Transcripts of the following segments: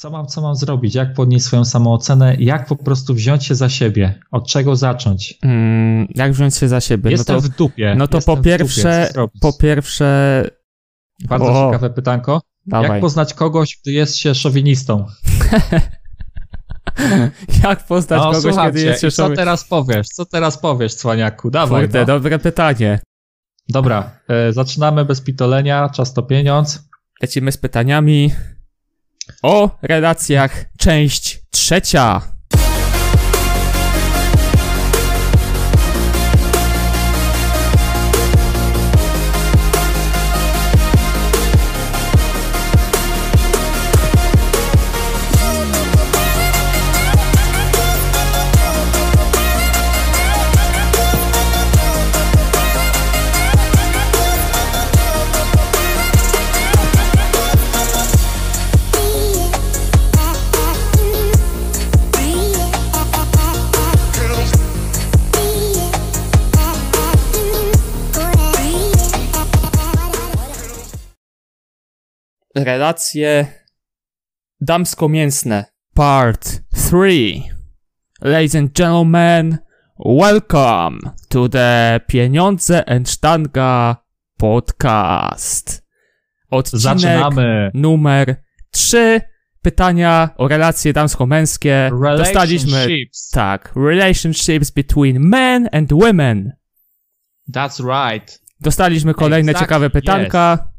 Co mam zrobić? Jak podnieść swoją samoocenę? Jak po prostu wziąć się za siebie? Od czego zacząć? Jak wziąć się za siebie? Jestem w dupie. No to po pierwsze... Bardzo ciekawe pytanko. Dawaj. Jak poznać kogoś, gdy jest się szowinistą? Jak poznać kogoś, kiedy jest się szowinistą? Co teraz powiesz, cwaniaku? Dawaj. Kurde, dobre pytanie. Dobra, zaczynamy bez pitolenia. Czas to pieniądz. Lecimy z pytaniami o relacjach, część 3. Relacje damsko-mięsne. Part 3. Ladies and gentlemen, welcome to the Pieniądze and Sztanga podcast. Odcinek Zaczynamy. Numer 3. Pytania o relacje damsko-męskie. Dostaliśmy... Tak. Relationships between men and women. That's right. Dostaliśmy kolejne ciekawe pytanka. Yes.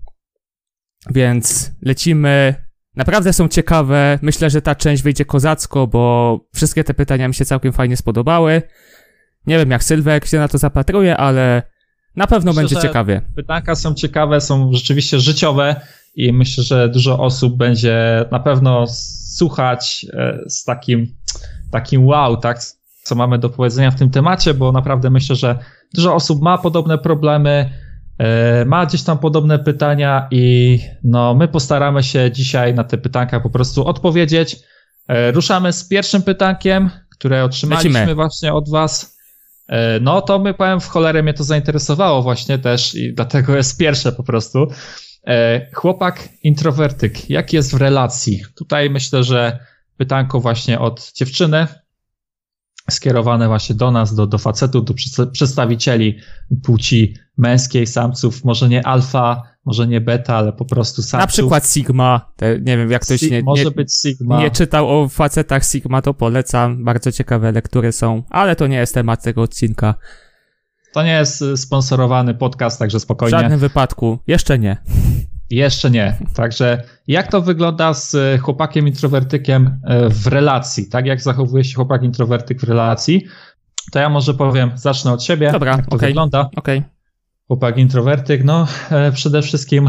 Więc lecimy. Naprawdę są ciekawe. Myślę, że ta część wyjdzie kozacko, bo wszystkie te pytania mi się całkiem fajnie spodobały. Nie wiem, jak Sylwek się na to zapatruje, ale na pewno będzie ciekawie. Pytanka są ciekawe, są rzeczywiście życiowe i myślę, że dużo osób będzie na pewno słuchać z takim wow, tak, co mamy do powiedzenia w tym temacie, bo naprawdę myślę, że dużo osób ma podobne problemy, ma gdzieś tam podobne pytania i no my postaramy się dzisiaj na te pytanka po prostu odpowiedzieć. Ruszamy z pierwszym pytankiem, które otrzymaliśmy właśnie od was. No to my powiem, w cholerę mnie to zainteresowało właśnie też i dlatego jest pierwsze po prostu. Chłopak introwertyk, jak jest w relacji? Tutaj myślę, że pytanko właśnie od dziewczyny, skierowane właśnie do nas, do facetów, do przedstawicieli płci męskiej, samców, może nie alfa, może nie beta, ale po prostu samców. Na przykład Sigma, nie wiem, jak ktoś nie czytał o facetach Sigma, to polecam, bardzo ciekawe lektury są, ale to nie jest temat tego odcinka. To nie jest sponsorowany podcast, także spokojnie. W żadnym wypadku, jeszcze nie. Jeszcze nie. Także jak to wygląda z chłopakiem introwertykiem w relacji? Tak jak zachowuje się chłopak introwertyk w relacji? To ja może powiem, zacznę od siebie. Dobra, jak to wygląda. Okay. Chłopak introwertyk, no przede wszystkim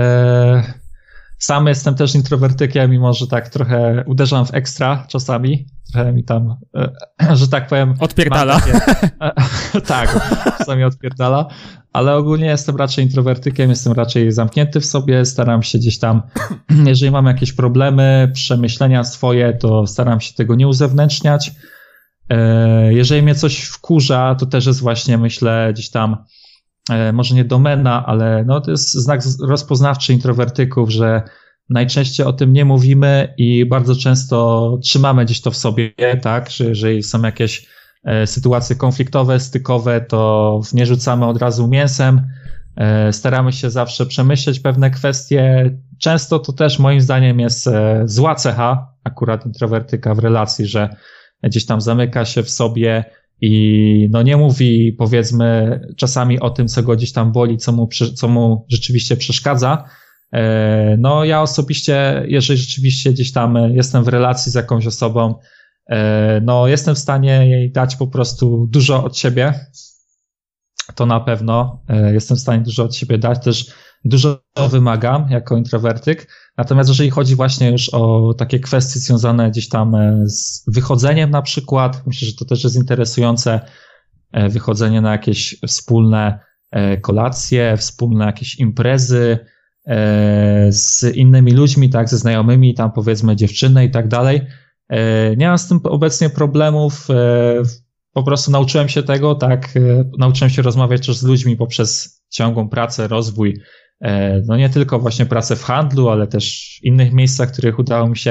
sam jestem też introwertykiem, mimo że tak trochę uderzam w ekstra czasami. Trochę mi tam, że tak powiem... Odpierdala. Tak, czasami odpierdala. Ale ogólnie jestem raczej introwertykiem, jestem raczej zamknięty w sobie, staram się gdzieś tam, jeżeli mam jakieś problemy, przemyślenia swoje, to staram się tego nie uzewnętrzniać. Jeżeli mnie coś wkurza, to też jest właśnie, myślę, gdzieś tam, może nie domena, ale no to jest znak rozpoznawczy introwertyków, że najczęściej o tym nie mówimy i bardzo często trzymamy gdzieś to w sobie, tak, że jeżeli są jakieś sytuacje konfliktowe, stykowe, to nie rzucamy od razu mięsem, staramy się zawsze przemyśleć pewne kwestie. Często to też moim zdaniem jest zła cecha akurat introwertyka w relacji, że gdzieś tam zamyka się w sobie i no nie mówi, powiedzmy, czasami o tym, co go gdzieś tam boli, co mu rzeczywiście przeszkadza. No ja osobiście, jeżeli rzeczywiście gdzieś tam jestem w relacji z jakąś osobą, no jestem w stanie jej dać po prostu dużo od siebie, to na pewno jestem w stanie dużo od siebie dać, też dużo wymagam jako introwertyk, natomiast jeżeli chodzi właśnie już o takie kwestie związane gdzieś tam z wychodzeniem na przykład, myślę, że to też jest interesujące, wychodzenie na jakieś wspólne kolacje, wspólne jakieś imprezy z innymi ludźmi, tak, ze znajomymi, tam powiedzmy dziewczyny i tak dalej. Nie mam z tym obecnie problemów, po prostu nauczyłem się tego, tak, nauczyłem się rozmawiać też z ludźmi poprzez ciągłą pracę, rozwój, no nie tylko właśnie pracę w handlu, ale też w innych miejscach, w których udało mi się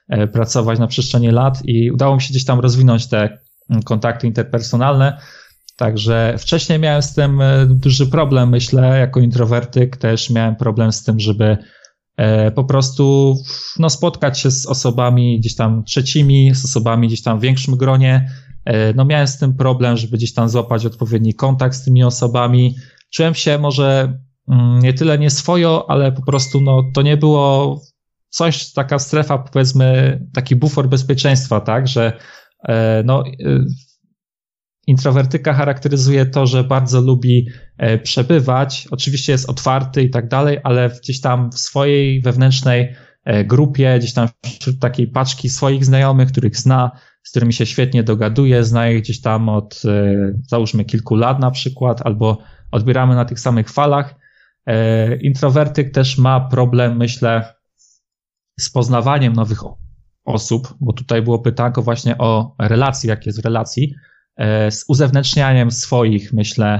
pracować na przestrzeni lat i udało mi się gdzieś tam rozwinąć te kontakty interpersonalne. Także wcześniej miałem z tym duży problem, myślę, jako introwertyk też miałem problem z tym, żeby po prostu spotkać się z osobami gdzieś tam trzecimi, z osobami gdzieś tam w większym gronie. Miałem z tym problem, żeby gdzieś tam złapać odpowiedni kontakt z tymi osobami. Czułem się może nie tyle nieswojo, ale po prostu to nie było coś, taka strefa, powiedzmy, taki bufor bezpieczeństwa, tak, że introwertyka charakteryzuje to, że bardzo lubi przebywać, oczywiście jest otwarty i tak dalej, ale gdzieś tam w swojej wewnętrznej grupie, gdzieś tam wśród takiej paczki swoich znajomych, których zna, z którymi się świetnie dogaduje, zna ich gdzieś tam od załóżmy kilku lat na przykład, albo odbieramy na tych samych falach. Introwertyk też ma problem, myślę, z poznawaniem nowych osób, bo tutaj było pytanko właśnie o relacje, jak jest w relacji, z uzewnętrznianiem swoich, myślę,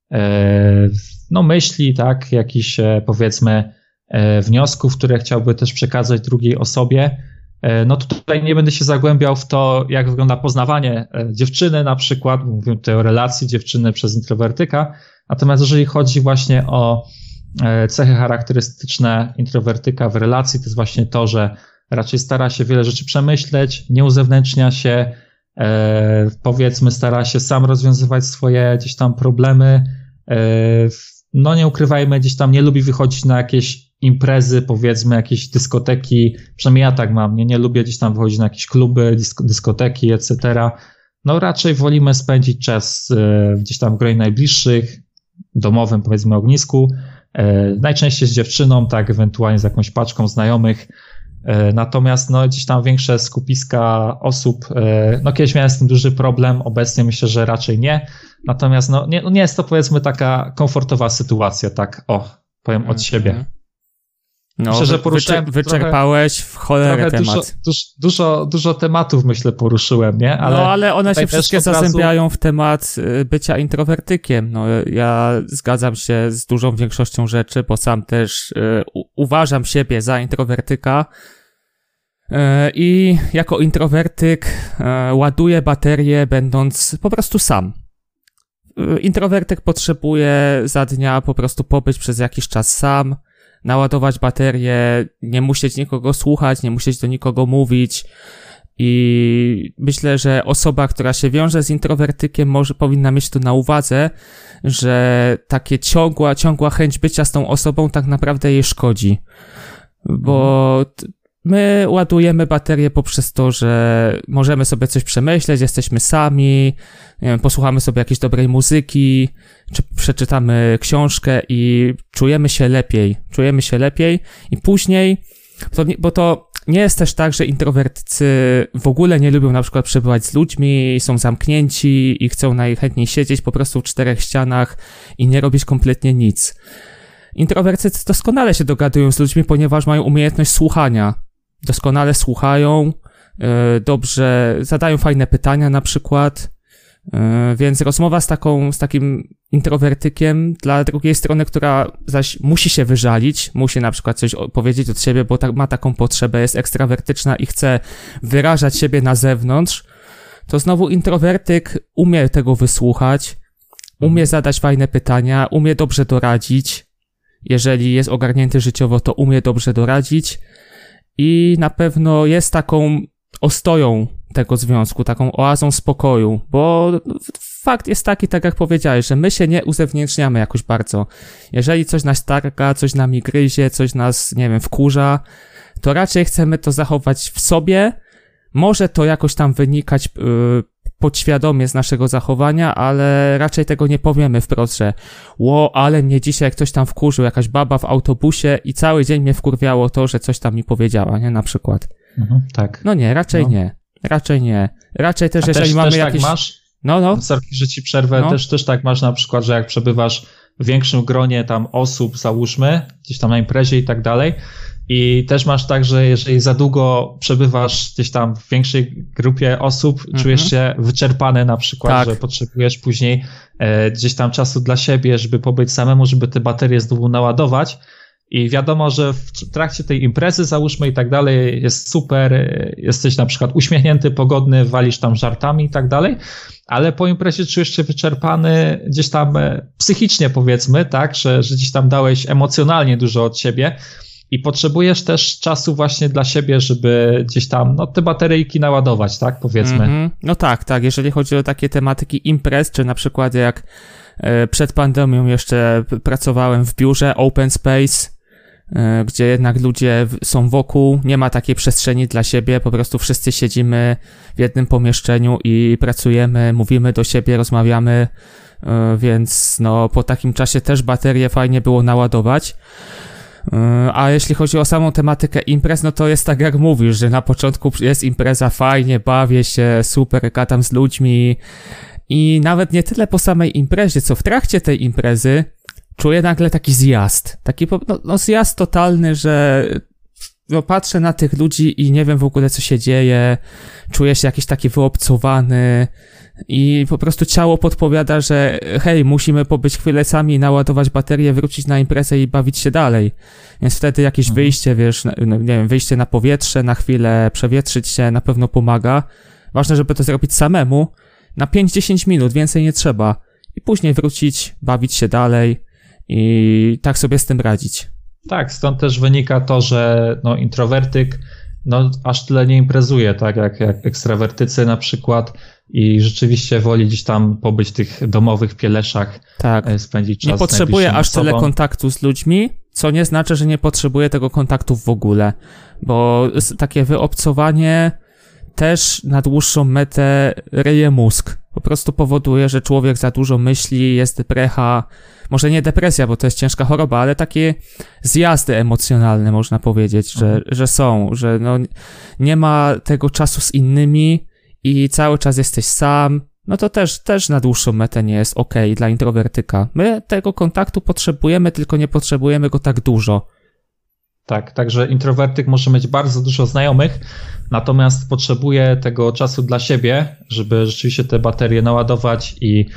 myśli, tak, jakichś powiedzmy wniosków, które chciałby też przekazać drugiej osobie. Tutaj nie będę się zagłębiał w to, jak wygląda poznawanie dziewczyny na przykład, bo mówimy tutaj o relacji dziewczyny przez introwertyka, natomiast jeżeli chodzi właśnie o cechy charakterystyczne introwertyka w relacji, to jest właśnie to, że raczej stara się wiele rzeczy przemyśleć, nie uzewnętrznia się, powiedzmy stara się sam rozwiązywać swoje gdzieś tam problemy, nie ukrywajmy, gdzieś tam nie lubi wychodzić na jakieś imprezy, powiedzmy jakieś dyskoteki, przynajmniej ja tak mam, nie lubię gdzieś tam wychodzić na jakieś kluby, dyskoteki, etc. Raczej wolimy spędzić czas gdzieś tam w gronie najbliższych, domowym, powiedzmy, ognisku, najczęściej z dziewczyną, tak, ewentualnie z jakąś paczką znajomych. Natomiast gdzieś tam większe skupiska osób, kiedyś miałem z tym duży problem, obecnie myślę, że raczej nie. Natomiast nie jest to, powiedzmy, taka komfortowa sytuacja, tak, powiem od siebie. Myślę, że poruszyłem wyczerpałeś w cholerę temat. Dużo tematów, myślę, poruszyłem, nie? Ale one się wszystkie zazębiają w temat bycia introwertykiem. Ja zgadzam się z dużą większością rzeczy, bo sam też uważam siebie za introwertyka i jako introwertyk ładuję baterię, będąc po prostu sam. Introwertyk potrzebuje za dnia po prostu pobyć przez jakiś czas sam, naładować baterię, nie musieć nikogo słuchać, nie musieć do nikogo mówić i myślę, że osoba, która się wiąże z introwertykiem powinna mieć to na uwadze, że takie ciągła chęć bycia z tą osobą tak naprawdę jej szkodzi, bo my ładujemy baterię poprzez to, że możemy sobie coś przemyśleć, jesteśmy sami, nie wiem, posłuchamy sobie jakiejś dobrej muzyki, czy przeczytamy książkę i czujemy się lepiej i później, bo to nie jest też tak, że introwertycy w ogóle nie lubią na przykład przebywać z ludźmi, są zamknięci i chcą najchętniej siedzieć po prostu w czterech ścianach i nie robić kompletnie nic. Introwertycy doskonale się dogadują z ludźmi, ponieważ mają umiejętność słuchania. Doskonale słuchają, dobrze zadają fajne pytania na przykład, więc rozmowa z takim introwertykiem dla drugiej strony, która zaś musi się wyżalić, musi na przykład coś powiedzieć od siebie, bo ma taką potrzebę, jest ekstrawertyczna i chce wyrażać siebie na zewnątrz, to znowu introwertyk umie tego wysłuchać, umie zadać fajne pytania, umie dobrze doradzić, jeżeli jest ogarnięty życiowo, to umie dobrze doradzić i na pewno jest taką ostoją tego związku, taką oazą spokoju, bo fakt jest taki, tak jak powiedziałeś, że my się nie uzewnętrzniamy jakoś bardzo. Jeżeli coś nas targa, coś nami gryzie, coś nas, nie wiem, wkurza, to raczej chcemy to zachować w sobie. Może to jakoś tam wynikać podświadomie z naszego zachowania, ale raczej tego nie powiemy wprost, że ale mnie dzisiaj ktoś tam wkurzył, jakaś baba w autobusie i cały dzień mnie wkurwiało to, że coś tam mi powiedziała, nie? Na przykład. Tak. Nie, raczej nie. Raczej też, jeżeli mamy też jakieś... tak masz? Sorki, że ci przerwę. Też tak masz na przykład, że jak przebywasz w większym gronie tam osób, załóżmy, gdzieś tam na imprezie i tak dalej, i też masz tak, że jeżeli za długo przebywasz gdzieś tam w większej grupie osób, czujesz się wyczerpany na przykład, że potrzebujesz później gdzieś tam czasu dla siebie, żeby pobyć samemu, żeby te baterie znowu naładować. I wiadomo, że w trakcie tej imprezy, załóżmy i tak dalej, jest super, jesteś na przykład uśmiechnięty, pogodny, walisz tam żartami i tak dalej, ale po imprezie czujesz się wyczerpany gdzieś tam psychicznie, powiedzmy, tak, że gdzieś tam dałeś emocjonalnie dużo od siebie i potrzebujesz też czasu właśnie dla siebie, żeby gdzieś tam te bateryjki naładować, tak, powiedzmy. No tak, jeżeli chodzi o takie tematyki imprez, czy na przykład jak przed pandemią jeszcze pracowałem w biurze Open Space, gdzie jednak ludzie są wokół, nie ma takiej przestrzeni dla siebie, po prostu wszyscy siedzimy w jednym pomieszczeniu i pracujemy, mówimy do siebie, rozmawiamy, więc po takim czasie też baterię fajnie było naładować. A jeśli chodzi o samą tematykę imprez, to jest tak jak mówisz, że na początku jest impreza, fajnie, bawię się, super, gadam z ludźmi i nawet nie tyle po samej imprezie, co w trakcie tej imprezy czuję nagle taki zjazd, taki zjazd totalny, że patrzę na tych ludzi i nie wiem w ogóle co się dzieje, czuję się jakiś taki wyobcowany i po prostu ciało podpowiada, że hej, musimy pobyć chwilę sami, naładować baterię, wrócić na imprezę i bawić się dalej. Więc wtedy jakieś wyjście, nie wiem, wyjście na powietrze, na chwilę przewietrzyć się na pewno pomaga. Ważne, żeby to zrobić samemu na 5-10 minut, więcej nie trzeba. I później wrócić, bawić się dalej i tak sobie z tym radzić. Tak, stąd też wynika to, że introwertyk aż tyle nie imprezuje, tak jak ekstrawertycy na przykład i rzeczywiście woli gdzieś tam pobyć w tych domowych pieleszach, tak, spędzić czas. Nie potrzebuje aż tyle kontaktu z ludźmi, co nie znaczy, że nie potrzebuje tego kontaktu w ogóle, bo takie wyobcowanie też na dłuższą metę ryje mózg. Po prostu powoduje, że człowiek za dużo myśli, jest deprecha, może nie depresja, bo to jest ciężka choroba, ale takie zjazdy emocjonalne można powiedzieć, że są, że nie ma tego czasu z innymi i cały czas jesteś sam, to też na dłuższą metę nie jest okej dla introwertyka. My tego kontaktu potrzebujemy, tylko nie potrzebujemy go tak dużo. Tak, także introwertyk może mieć bardzo dużo znajomych, natomiast potrzebuje tego czasu dla siebie, żeby rzeczywiście te baterie naładować i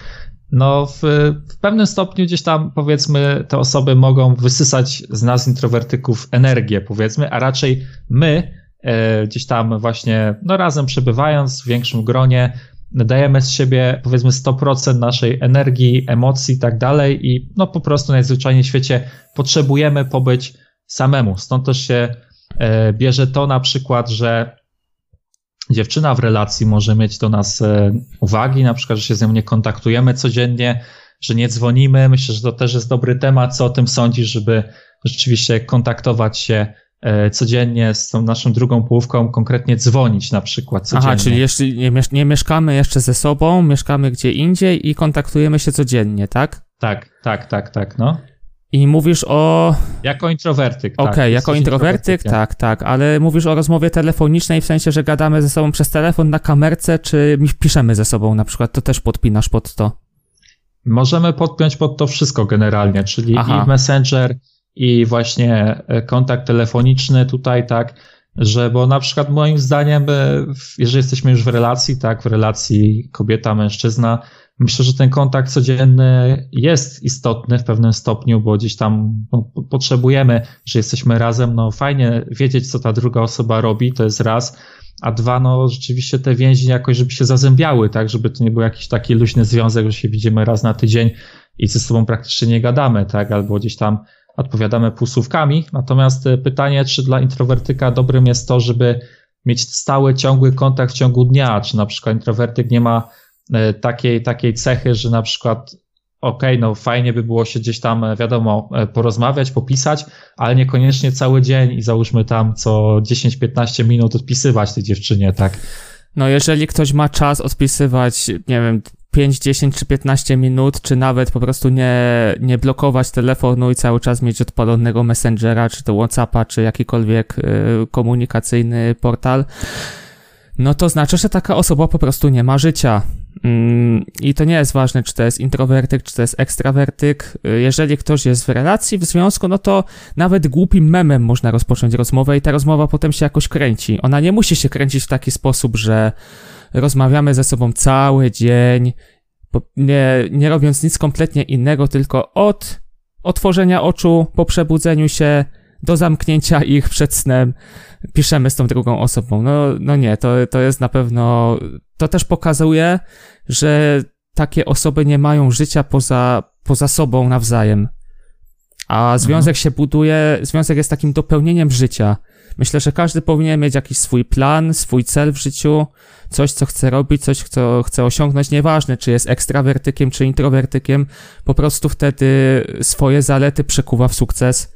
w pewnym stopniu gdzieś tam, powiedzmy, te osoby mogą wysysać z nas introwertyków energię, powiedzmy, a raczej my gdzieś tam właśnie razem przebywając w większym gronie dajemy z siebie, powiedzmy, 100% naszej energii, emocji i tak dalej i po prostu najzwyczajniej w świecie potrzebujemy pobyć samemu. Stąd też się bierze to na przykład, że dziewczyna w relacji może mieć do nas uwagi, na przykład, że się z nią nie kontaktujemy codziennie, że nie dzwonimy. Myślę, że to też jest dobry temat. Co o tym sądzisz, żeby rzeczywiście kontaktować się codziennie z tą naszą drugą połówką, konkretnie dzwonić na przykład codziennie. Aha, czyli jeśli nie mieszkamy jeszcze ze sobą, mieszkamy gdzie indziej i kontaktujemy się codziennie, tak? Tak. I mówisz o... Jako introwertyk, tak. Okej, jako introwertyk, tak, ale mówisz o rozmowie telefonicznej, w sensie, że gadamy ze sobą przez telefon na kamerce, czy piszemy ze sobą na przykład, to też podpinasz pod to? Możemy podpiąć pod to wszystko generalnie, czyli i Messenger, i właśnie kontakt telefoniczny tutaj, tak, bo na przykład moim zdaniem, jeżeli jesteśmy już w relacji kobieta-mężczyzna, myślę, że ten kontakt codzienny jest istotny w pewnym stopniu, bo gdzieś tam potrzebujemy, że jesteśmy razem, fajnie wiedzieć, co ta druga osoba robi, to jest raz, a dwa, rzeczywiście te więzi jakoś, żeby się zazębiały, tak, żeby to nie był jakiś taki luźny związek, że się widzimy raz na tydzień i ze sobą praktycznie nie gadamy, tak, albo gdzieś tam odpowiadamy półsłówkami. Natomiast pytanie, czy dla introwertyka dobrym jest to, żeby mieć stały, ciągły kontakt w ciągu dnia, czy na przykład introwertyk nie ma takiej cechy, że na przykład fajnie by było się gdzieś tam, wiadomo, porozmawiać, popisać, ale niekoniecznie cały dzień i załóżmy tam co 10-15 minut odpisywać tej dziewczynie, tak? Jeżeli ktoś ma czas odpisywać, nie wiem, 5, 10 czy 15 minut, czy nawet po prostu nie blokować telefonu i cały czas mieć odpalonego Messengera, czy to WhatsAppa, czy jakikolwiek komunikacyjny portal, to znaczy, że taka osoba po prostu nie ma życia. I to nie jest ważne, czy to jest introwertyk, czy to jest ekstrawertyk. Jeżeli ktoś jest w relacji, w związku, to nawet głupim memem można rozpocząć rozmowę i ta rozmowa potem się jakoś kręci. Ona nie musi się kręcić w taki sposób, że rozmawiamy ze sobą cały dzień, nie robiąc nic kompletnie innego, tylko od otworzenia oczu po przebudzeniu się do zamknięcia ich przed snem piszemy z tą drugą osobą. No nie, to jest na pewno... To też pokazuje, że takie osoby nie mają życia poza sobą nawzajem. A związek się buduje, związek jest takim dopełnieniem życia. Myślę, że każdy powinien mieć jakiś swój plan, swój cel w życiu, coś, co chce robić, coś, co chce osiągnąć, nieważne, czy jest ekstrawertykiem, czy introwertykiem, po prostu wtedy swoje zalety przekuwa w sukces,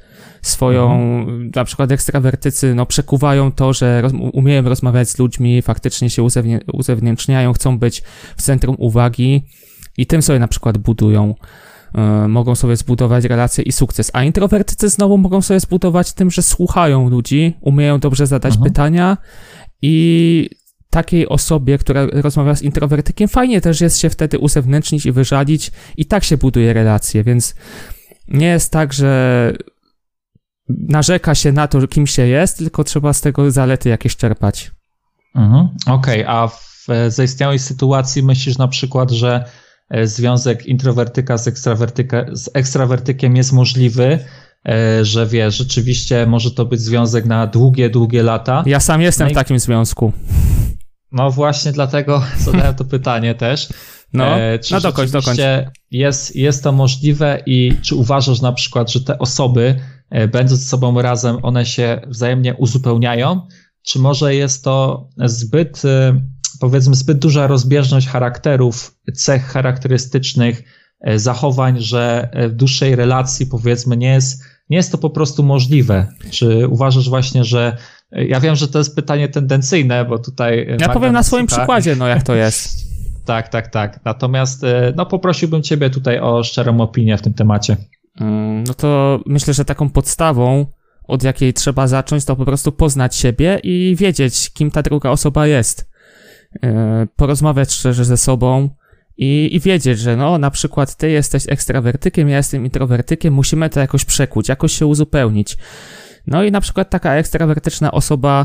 na przykład ekstrawertycy, przekuwają to, że umieją rozmawiać z ludźmi, faktycznie się uzewnętrzniają, chcą być w centrum uwagi i tym sobie na przykład budują. Mogą sobie zbudować relacje i sukces, a introwertycy znowu mogą sobie zbudować tym, że słuchają ludzi, umieją dobrze zadać pytania i takiej osobie, która rozmawia z introwertykiem, fajnie też jest się wtedy uzewnętrznić i wyżalić i tak się buduje relacje, więc nie jest tak, że narzeka się na to, kim się jest, tylko trzeba z tego zalety jakieś czerpać. Okej, a w zaistniałej sytuacji myślisz na przykład, że związek introwertyka z ekstrawertykiem jest możliwy, że wiesz, rzeczywiście może to być związek na długie lata. Ja sam jestem w takim związku. No właśnie dlatego zadałem to pytanie też. Czy dokończ. Jest to możliwe i czy uważasz na przykład, że te osoby, będąc ze sobą razem, one się wzajemnie uzupełniają? Czy może jest to zbyt duża rozbieżność charakterów, cech charakterystycznych, zachowań, że w dłuższej relacji, powiedzmy, nie jest to po prostu możliwe? Czy uważasz właśnie, że... Ja wiem, że to jest pytanie tendencyjne, bo tutaj... Ja powiem na swoim przykładzie, jak to jest. Tak. Natomiast poprosiłbym ciebie tutaj o szczerą opinię w tym temacie. No to myślę, że taką podstawą, od jakiej trzeba zacząć, to po prostu poznać siebie i wiedzieć, kim ta druga osoba jest. Porozmawiać szczerze ze sobą i wiedzieć, że na przykład ty jesteś ekstrawertykiem, ja jestem introwertykiem, musimy to jakoś przekuć, jakoś się uzupełnić. No i na przykład taka ekstrawertyczna osoba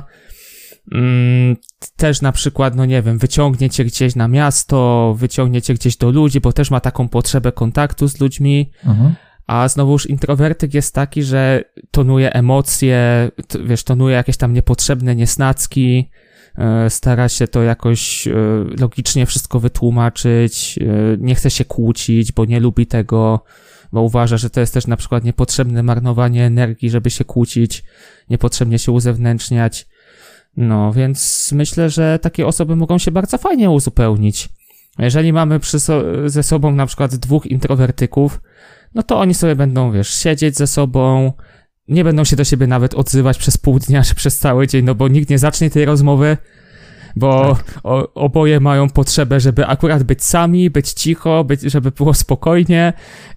też na przykład, wyciągnie cię gdzieś na miasto, wyciągnie cię gdzieś do ludzi, bo też ma taką potrzebę kontaktu z ludźmi, a znowuż introwertyk jest taki, że tonuje emocje, tonuje jakieś tam niepotrzebne niesnacki, stara się to jakoś logicznie wszystko wytłumaczyć, nie chce się kłócić, bo nie lubi tego, bo uważa, że to jest też na przykład niepotrzebne marnowanie energii, żeby się kłócić, niepotrzebnie się uzewnętrzniać. Więc myślę, że takie osoby mogą się bardzo fajnie uzupełnić. Jeżeli mamy ze sobą na przykład 2 introwertyków, to oni sobie będą, siedzieć ze sobą, nie będą się do siebie nawet odzywać przez pół dnia czy przez cały dzień, bo nikt nie zacznie tej rozmowy, bo oboje mają potrzebę, żeby akurat być sami, być cicho, żeby było spokojnie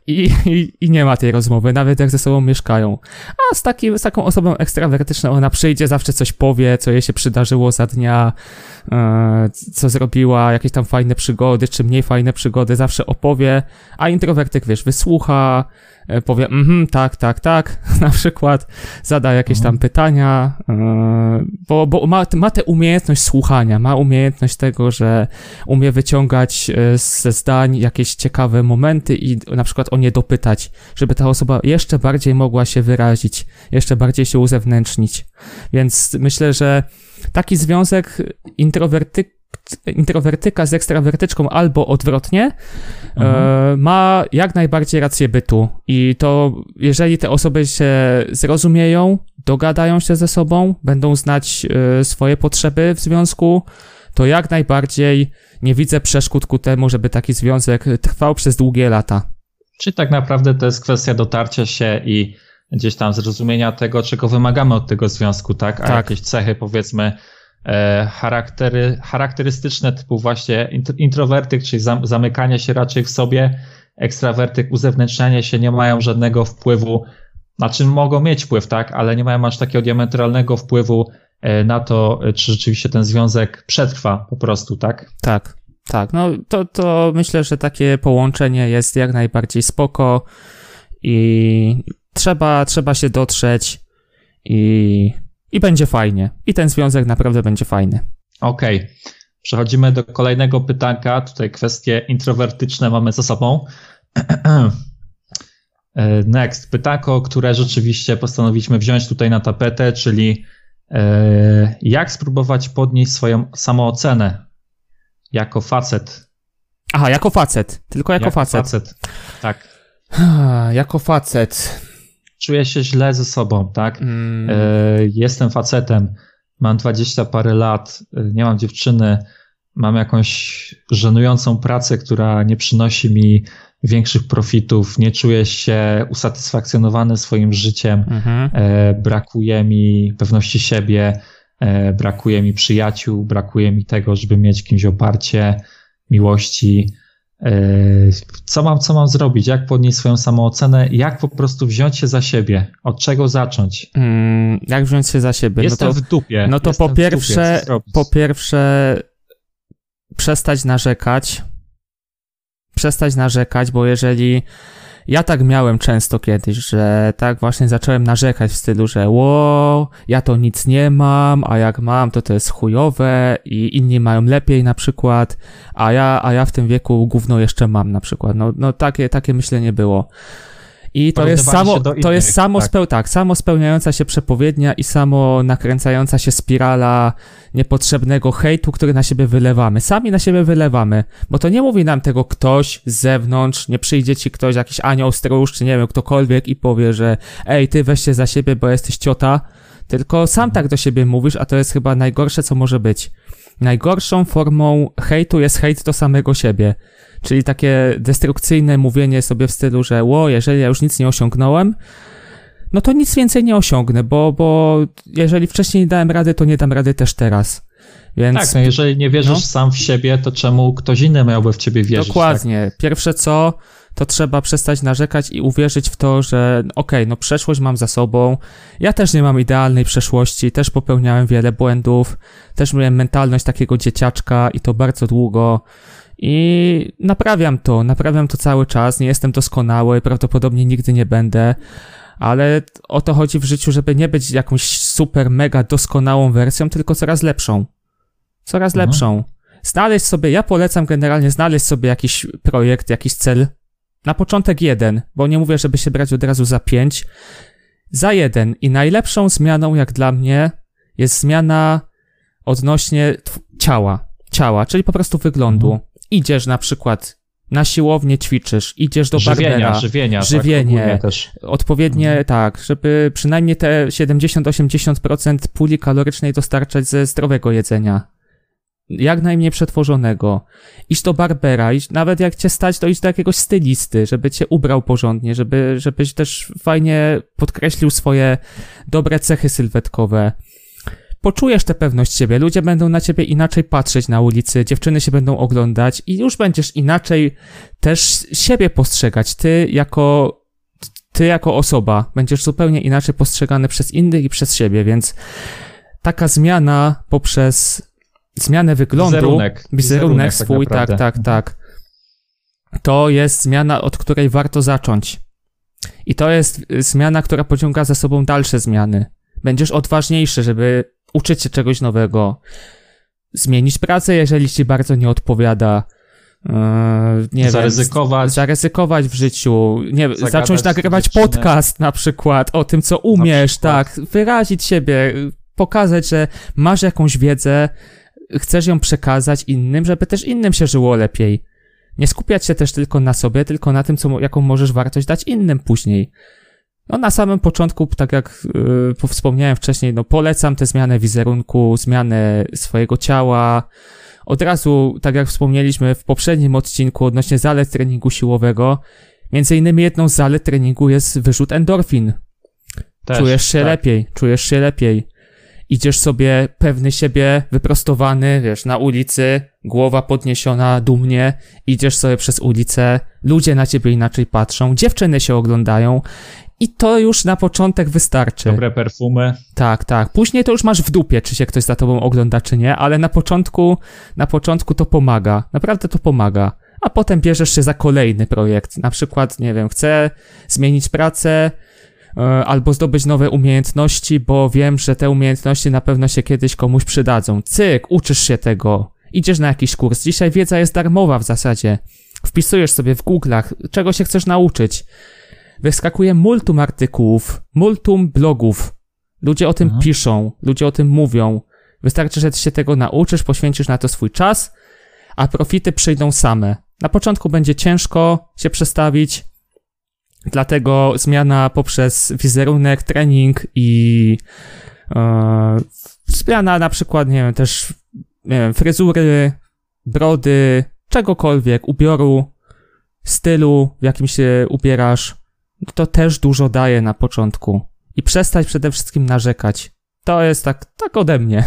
i nie ma tej rozmowy, nawet jak ze sobą mieszkają. A z taką osobą ekstrawertyczną ona przyjdzie, zawsze coś powie, co jej się przydarzyło za dnia, co zrobiła, jakieś tam fajne przygody, czy mniej fajne przygody, zawsze opowie, a introwertyk, wysłucha, powie tak, na przykład zada jakieś tam pytania, bo ma tę umiejętność słuchania, ma umiejętność tego, że umie wyciągać ze zdań jakieś ciekawe momenty i na przykład o nie dopytać, żeby ta osoba jeszcze bardziej mogła się wyrazić, jeszcze bardziej się uzewnętrznić. Więc myślę, że taki związek introwertyka z ekstrawertyczką albo odwrotnie ma jak najbardziej rację bytu i to jeżeli te osoby się zrozumieją, dogadają się ze sobą, będą znać swoje potrzeby w związku, to jak najbardziej nie widzę przeszkód ku temu, żeby taki związek trwał przez długie lata. Czyli tak naprawdę to jest kwestia dotarcia się i gdzieś tam zrozumienia tego, czego wymagamy od tego związku, tak? A jakieś cechy, powiedzmy, charakterystyczne typu właśnie introwertyk, czyli zamykanie się raczej w sobie, ekstrawertyk, uzewnętrznianie się, nie mają żadnego wpływu, znaczy mogą mieć wpływ, tak? Ale nie mają aż takiego diametralnego wpływu na to, czy rzeczywiście ten związek przetrwa po prostu, tak? Tak, to myślę, że takie połączenie jest jak najbardziej spoko i trzeba się dotrzeć i będzie fajnie. I ten związek naprawdę będzie fajny. Okej. Przechodzimy do kolejnego pytanka. Tutaj kwestie introwertyczne mamy za sobą. Next. Pytako, które rzeczywiście postanowiliśmy wziąć tutaj na tapetę, czyli jak spróbować podnieść swoją samoocenę jako facet. Aha, jako facet. Tylko jako facet. Tak. Jako facet. Czuję się źle ze sobą, tak? Jestem facetem, mam 20 parę lat, nie mam dziewczyny, mam jakąś żenującą pracę, która nie przynosi mi większych profitów, nie czuję się usatysfakcjonowany swoim życiem, brakuje mi pewności siebie, brakuje mi przyjaciół, brakuje mi tego, żeby mieć kimś oparcie, miłości. Co mam zrobić? Jak podnieść swoją samoocenę? Jak po prostu wziąć się za siebie? Od czego zacząć? Jak wziąć się za siebie? Jestem w dupie. No to po pierwsze przestać narzekać. Przestać narzekać, bo jeżeli ja tak miałem często kiedyś, że tak właśnie zacząłem narzekać w stylu, że ja to nic nie mam, a jak mam, to jest chujowe i inni mają lepiej na przykład, a ja w tym wieku gówno jeszcze mam na przykład. No takie myślenie było. I to jest samo spełniająca się przepowiednia i samo nakręcająca się spirala niepotrzebnego hejtu, który na siebie wylewamy. Sami na siebie wylewamy, bo to nie mówi nam tego ktoś z zewnątrz, nie przyjdzie ci ktoś, jakiś anioł, stróż, czy nie wiem, ktokolwiek i powie, że ej, ty weź się za siebie, bo jesteś ciota, tylko sam tak do siebie mówisz, a to jest chyba najgorsze, co może być. Najgorszą formą hejtu jest hejt do samego siebie. Czyli takie destrukcyjne mówienie sobie w stylu, że jeżeli ja już nic nie osiągnąłem, no to nic więcej nie osiągnę, bo jeżeli wcześniej nie dałem rady, to nie dam rady też teraz. Więc, tak, no jeżeli nie wierzysz sam w siebie, to czemu ktoś inny miałby w ciebie wierzyć? Dokładnie. Tak? Pierwsze co, to trzeba przestać narzekać i uwierzyć w to, że no przeszłość mam za sobą, ja też nie mam idealnej przeszłości, też popełniałem wiele błędów, też miałem mentalność takiego dzieciaczka i to bardzo długo. I naprawiam to cały czas, nie jestem doskonały, prawdopodobnie nigdy nie będę, ale o to chodzi w życiu, żeby nie być jakąś super, mega doskonałą wersją, tylko coraz lepszą. Coraz lepszą. Ja polecam generalnie znaleźć sobie jakiś projekt, jakiś cel. Na początek 1, bo nie mówię, żeby się brać od razu za 5. Za 1 i najlepszą zmianą, jak dla mnie, jest zmiana odnośnie ciała, czyli po prostu wyglądu. Idziesz na przykład na siłownię, ćwiczysz, idziesz do barbera. Żywienie. Tak, też. Odpowiednie, tak, żeby przynajmniej te 70-80% puli kalorycznej dostarczać ze zdrowego jedzenia. Jak najmniej przetworzonego. Idź do barbera, nawet jak cię stać, to idź do jakiegoś stylisty, żeby cię ubrał porządnie, żebyś też fajnie podkreślił swoje dobre cechy sylwetkowe. Poczujesz tę pewność siebie, ludzie będą na ciebie inaczej patrzeć na ulicy, dziewczyny się będą oglądać i już będziesz inaczej też siebie postrzegać. Ty jako osoba będziesz zupełnie inaczej postrzegany przez innych i przez siebie, więc taka zmiana poprzez zmianę wyglądu, wizerunek swój, tak. To jest zmiana, od której warto zacząć. I to jest zmiana, która pociąga za sobą dalsze zmiany. Będziesz odważniejszy, żeby uczyć się czegoś nowego, zmienić pracę, jeżeli ci bardzo nie odpowiada, zaryzykować w życiu, zacząć nagrywać podcast na przykład o tym, co umiesz, tak, wyrazić siebie, pokazać, że masz jakąś wiedzę, chcesz ją przekazać innym, żeby też innym się żyło lepiej. Nie skupiać się też tylko na sobie, tylko na tym, jaką możesz wartość dać innym później. No na samym początku, tak jak wspomniałem wcześniej, polecam tę zmianę wizerunku, zmianę swojego ciała. Od razu, tak jak wspomnieliśmy w poprzednim odcinku odnośnie zalet treningu siłowego, między innymi jedną z zalet treningu jest wyrzut endorfin. Czujesz się lepiej. Idziesz sobie pewny siebie, wyprostowany, na ulicy, głowa podniesiona dumnie, idziesz sobie przez ulicę, ludzie na ciebie inaczej patrzą, dziewczyny się oglądają i to już na początek wystarczy. Dobre perfumy. Tak. Później to już masz w dupie, czy się ktoś za tobą ogląda, czy nie, ale na początku to pomaga. Naprawdę to pomaga. A potem bierzesz się za kolejny projekt. Na przykład, nie wiem, chcę zmienić pracę, albo zdobyć nowe umiejętności, bo wiem, że te umiejętności na pewno się kiedyś komuś przydadzą. Cyk, uczysz się tego. Idziesz na jakiś kurs. Dzisiaj wiedza jest darmowa w zasadzie. Wpisujesz sobie w Google'ach, czego się chcesz nauczyć. wyskakuje multum artykułów, multum blogów. Ludzie o tym piszą, ludzie o tym mówią. Wystarczy, że ty się tego nauczysz, poświęcisz na to swój czas, a profity przyjdą same. Na początku będzie ciężko się przestawić, dlatego zmiana poprzez wizerunek, trening i zmiana na przykład, nie wiem, też fryzury, brody, czegokolwiek, ubioru, stylu, w jakim się ubierasz, to też dużo daje na początku. I przestać przede wszystkim narzekać. To jest tak ode mnie.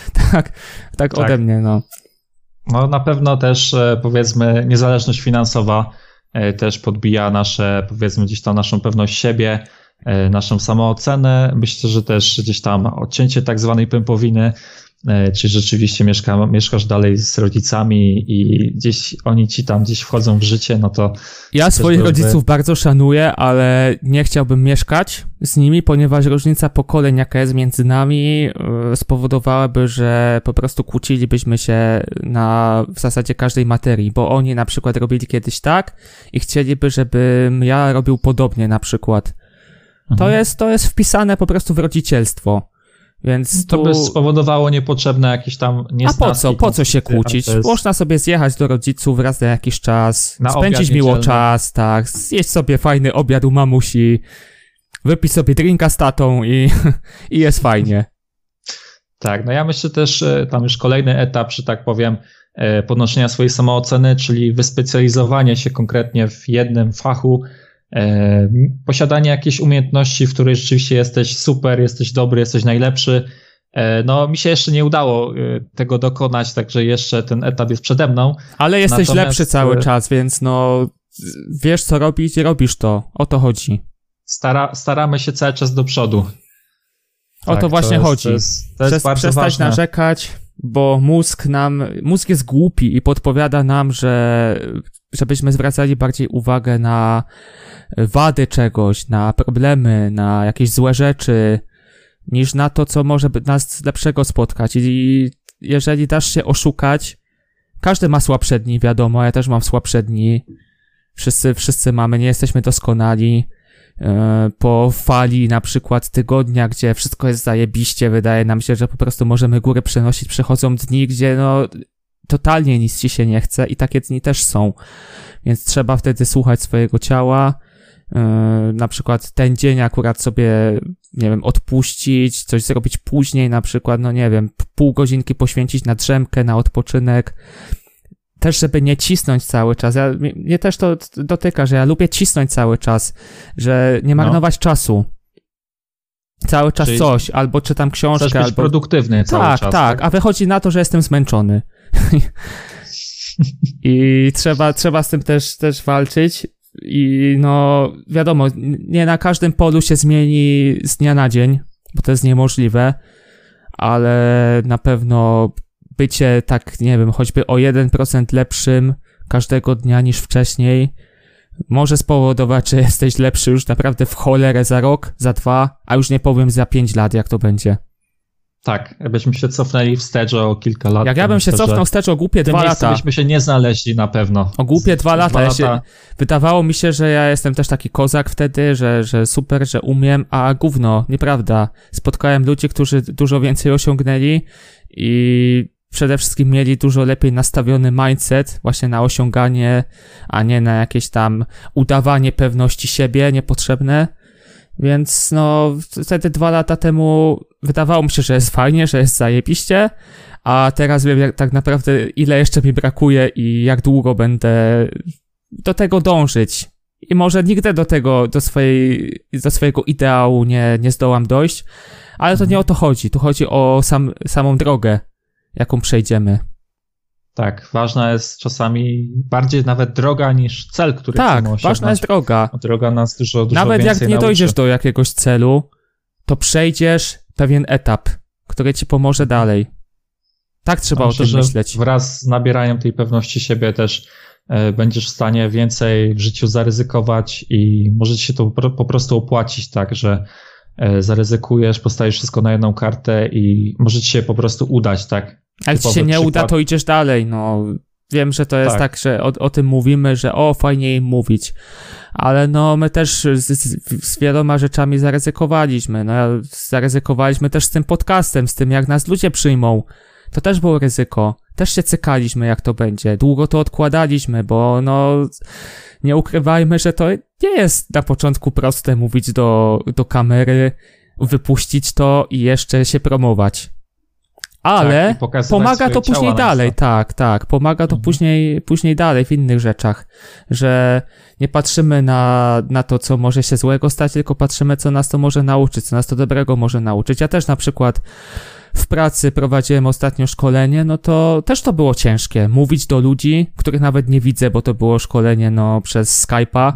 tak ode mnie, no. No na pewno też, powiedzmy, niezależność finansowa też podbija nasze, powiedzmy, gdzieś tam naszą pewność siebie, naszą samoocenę. Myślę, że też gdzieś tam odcięcie tak zwanej pępowiny, czy rzeczywiście mieszkasz dalej z rodzicami i gdzieś oni ci tam gdzieś wchodzą w życie, no to... Ja swoich rodziców bardzo szanuję, ale nie chciałbym mieszkać z nimi, ponieważ różnica pokoleń, jaka jest między nami, spowodowałaby, że po prostu kłócilibyśmy się na w zasadzie każdej materii, bo oni na przykład robili kiedyś tak i chcieliby, żebym ja robił podobnie na przykład. To jest wpisane po prostu w rodzicielstwo. Więc to by spowodowało niepotrzebne jakieś tam niesnaski. A po co się kłócić? Można sobie zjechać do rodziców raz na jakiś czas, spędzić miło czas, tak, zjeść sobie fajny obiad u mamusi, wypić sobie drinka z tatą i jest fajnie. Tak, no ja myślę też tam już kolejny etap, że tak powiem, podnoszenia swojej samooceny, czyli wyspecjalizowanie się konkretnie w jednym fachu, posiadanie jakiejś umiejętności, w której rzeczywiście jesteś super, jesteś dobry, jesteś najlepszy. No mi się jeszcze nie udało tego dokonać, także jeszcze ten etap jest przede mną. Ale jesteś lepszy cały czas, więc no wiesz co robić i robisz to. O to chodzi. Staramy się cały czas do przodu. O to właśnie chodzi. To jest bardzo przestać ważne. narzekać, bo mózg jest głupi i podpowiada nam, żebyśmy zwracali bardziej uwagę na wady czegoś, na problemy, na jakieś złe rzeczy, niż na to, co może nas lepszego spotkać. I jeżeli dasz się oszukać, każdy ma słabsze dni, wiadomo, ja też mam słabsze dni. Wszyscy mamy, nie jesteśmy doskonali. Po fali na przykład tygodnia, gdzie wszystko jest zajebiście, wydaje nam się, że po prostu możemy góry przenosić, przychodzą dni, gdzie no totalnie nic ci się nie chce i takie dni też są, więc trzeba wtedy słuchać swojego ciała, na przykład ten dzień akurat sobie, nie wiem, odpuścić, coś zrobić później, na przykład, no nie wiem, pół godzinki poświęcić na drzemkę, na odpoczynek, też żeby nie cisnąć cały czas. Mnie też to dotyka, że ja lubię cisnąć cały czas, że nie marnować czasu. Cały czas czyli coś, albo czytam książkę, chcesz być produktywny cały czas. Tak, a wychodzi na to, że jestem zmęczony. I trzeba z tym też walczyć. I no, wiadomo, nie na każdym polu się zmieni z dnia na dzień, bo to jest niemożliwe, ale na pewno bycie tak, nie wiem, choćby o 1% lepszym każdego dnia niż wcześniej może spowodować, że jesteś lepszy już naprawdę w cholerę za rok, za 2, a już nie powiem za 5 lat, jak to będzie. Tak, jakbyśmy się cofnęli wstecz o kilka lat. Jak ja bym się cofnął wstecz o głupie 2 lata. byśmy się nie znaleźli na pewno. O głupie 2 lata. Wydawało mi się, że ja jestem też taki kozak wtedy, że super, że umiem, a gówno, nieprawda. Spotkałem ludzi, którzy dużo więcej osiągnęli i przede wszystkim mieli dużo lepiej nastawiony mindset właśnie na osiąganie, a nie na jakieś tam udawanie pewności siebie niepotrzebne. Więc no, wtedy 2 lata temu wydawało mi się, że jest fajnie, że jest zajebiście, a teraz wiem tak naprawdę ile jeszcze mi brakuje i jak długo będę do tego dążyć. I może nigdy do swojego ideału nie zdołam dojść, ale to nie o to chodzi. Tu chodzi o samą drogę, jaką przejdziemy. Tak, ważna jest czasami bardziej nawet droga niż cel, który chcemy osiągnąć. Tak, ważna jest droga. Droga nas dużo nawet więcej jak nie dojdziesz do jakiegoś celu, to przejdziesz pewien etap, który ci pomoże dalej. Tak trzeba o tym myśleć. Wraz z nabieraniem tej pewności siebie też będziesz w stanie więcej w życiu zaryzykować i może ci się to po prostu opłacić, tak, że zaryzykujesz, postawisz wszystko na jedną kartę i może ci się po prostu udać, tak? A jak ci się nie uda, to idziesz dalej, no. wiem, że to jest tak, że o tym mówimy, że fajnie im mówić, ale no my też z wieloma rzeczami zaryzykowaliśmy, zaryzykowaliśmy też z tym podcastem, z tym jak nas ludzie przyjmą, to też było ryzyko, też się cykaliśmy jak to będzie, długo to odkładaliśmy, bo nie ukrywajmy, że to nie jest na początku proste mówić do kamery, wypuścić to i jeszcze się promować. Ale pomaga to później dalej, tak, pomaga to później dalej w innych rzeczach, że nie patrzymy na to, co może się złego stać, tylko patrzymy, co nas to może nauczyć, co nas to dobrego może nauczyć. Ja też na przykład w pracy prowadziłem ostatnio szkolenie, no to też to było ciężkie, mówić do ludzi, których nawet nie widzę, bo to było szkolenie przez Skype'a,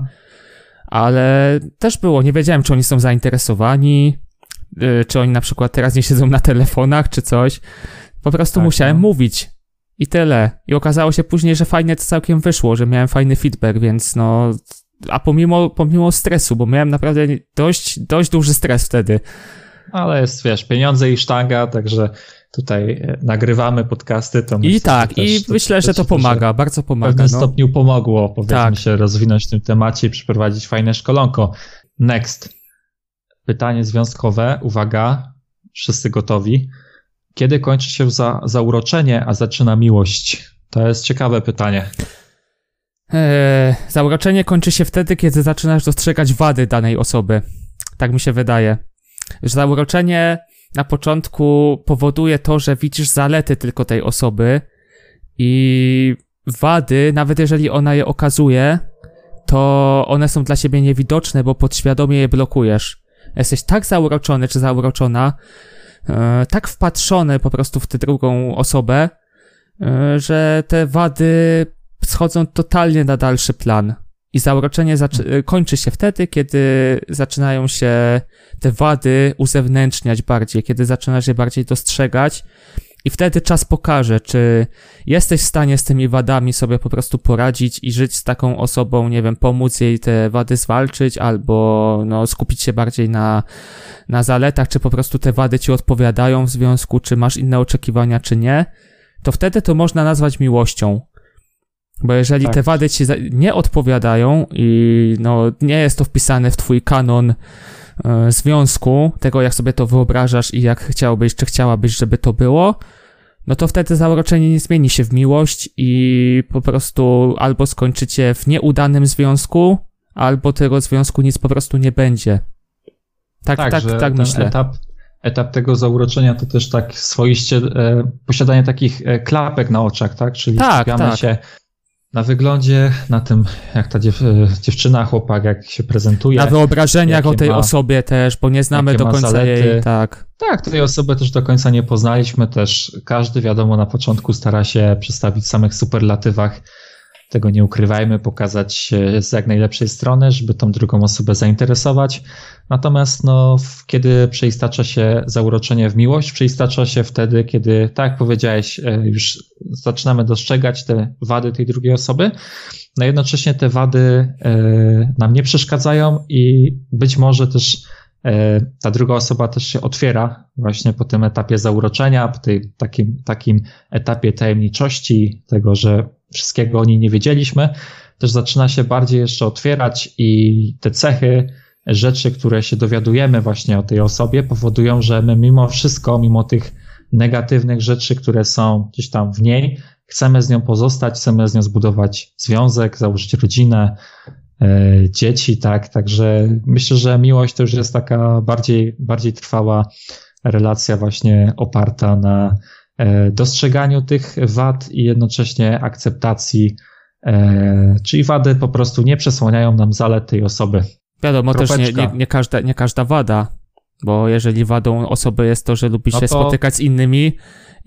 ale też było, nie wiedziałem, czy oni są zainteresowani, czy oni na przykład teraz nie siedzą na telefonach, czy coś. Po prostu musiałem mówić. I tyle. I okazało się później, że fajnie to całkiem wyszło, że miałem fajny feedback, więc a pomimo stresu, bo miałem naprawdę dość duży stres wtedy. Ale jest, pieniądze i sztanga, także tutaj nagrywamy podcasty, to myślę, myślę, że to pomaga, bardzo pomaga. W pewnym stopniu pomogło, powiedzmy się, rozwinąć w tym temacie i przeprowadzić fajne szkolonko. Next. Pytanie związkowe, uwaga, wszyscy gotowi. Kiedy kończy się zauroczenie, a zaczyna miłość? To jest ciekawe pytanie. Zauroczenie kończy się wtedy, kiedy zaczynasz dostrzegać wady danej osoby. Tak mi się wydaje. Że zauroczenie na początku powoduje to, że widzisz zalety tylko tej osoby i wady, nawet jeżeli ona je okazuje, to one są dla siebie niewidoczne, bo podświadomie je blokujesz. Jesteś tak zauroczony czy zauroczona, tak wpatrzony po prostu w tę drugą osobę, że te wady schodzą totalnie na dalszy plan. I zauroczenie kończy się wtedy, kiedy zaczynają się te wady uzewnętrzniać bardziej, kiedy zaczynasz je bardziej dostrzegać i wtedy czas pokaże, czy jesteś w stanie z tymi wadami sobie po prostu poradzić i żyć z taką osobą, nie wiem, pomóc jej te wady zwalczyć albo skupić się bardziej na zaletach, czy po prostu te wady ci odpowiadają w związku, czy masz inne oczekiwania, czy nie, to wtedy to można nazwać miłością. Bo jeżeli te wady ci nie odpowiadają i nie jest to wpisane w twój kanon związku, tego jak sobie to wyobrażasz i jak chciałbyś, czy chciałabyś, żeby to było, no to wtedy zauroczenie nie zmieni się w miłość i po prostu albo skończycie w nieudanym związku, albo tego związku nic po prostu nie będzie. Tak myślę. Etap tego zauroczenia to też tak swoiście posiadanie takich klapek na oczach, tak? Czyli skupiamy się na wyglądzie, na tym, jak ta dziewczyna, chłopak, jak się prezentuje. Na wyobrażeniach o tej osobie też, bo nie znamy do końca jej, tak. Tak, tej osoby też do końca nie poznaliśmy też. Każdy, wiadomo, na początku stara się przedstawić w samych superlatywach. Tego nie ukrywajmy, pokazać z jak najlepszej strony, żeby tą drugą osobę zainteresować. Natomiast kiedy przeistacza się zauroczenie w miłość, przeistacza się wtedy, kiedy, tak jak powiedziałeś, już zaczynamy dostrzegać te wady tej drugiej osoby, no jednocześnie te wady nam nie przeszkadzają i być może też ta druga osoba też się otwiera właśnie po tym etapie zauroczenia, po takim etapie tajemniczości, tego, że wszystkiego o niej nie wiedzieliśmy, też zaczyna się bardziej jeszcze otwierać i te cechy, rzeczy, które się dowiadujemy właśnie o tej osobie, powodują, że my mimo wszystko, mimo tych negatywnych rzeczy, które są gdzieś tam w niej, chcemy z nią pozostać, chcemy z nią zbudować związek, założyć rodzinę, dzieci, tak, także myślę, że miłość to już jest taka bardziej trwała relacja właśnie oparta na dostrzeganiu tych wad i jednocześnie akceptacji, czyli wady po prostu nie przesłaniają nam zalet tej osoosoby. Wiadomo, też nie każda wada, bo jeżeli wadą osoby jest to, że lubi się spotykać z innymi,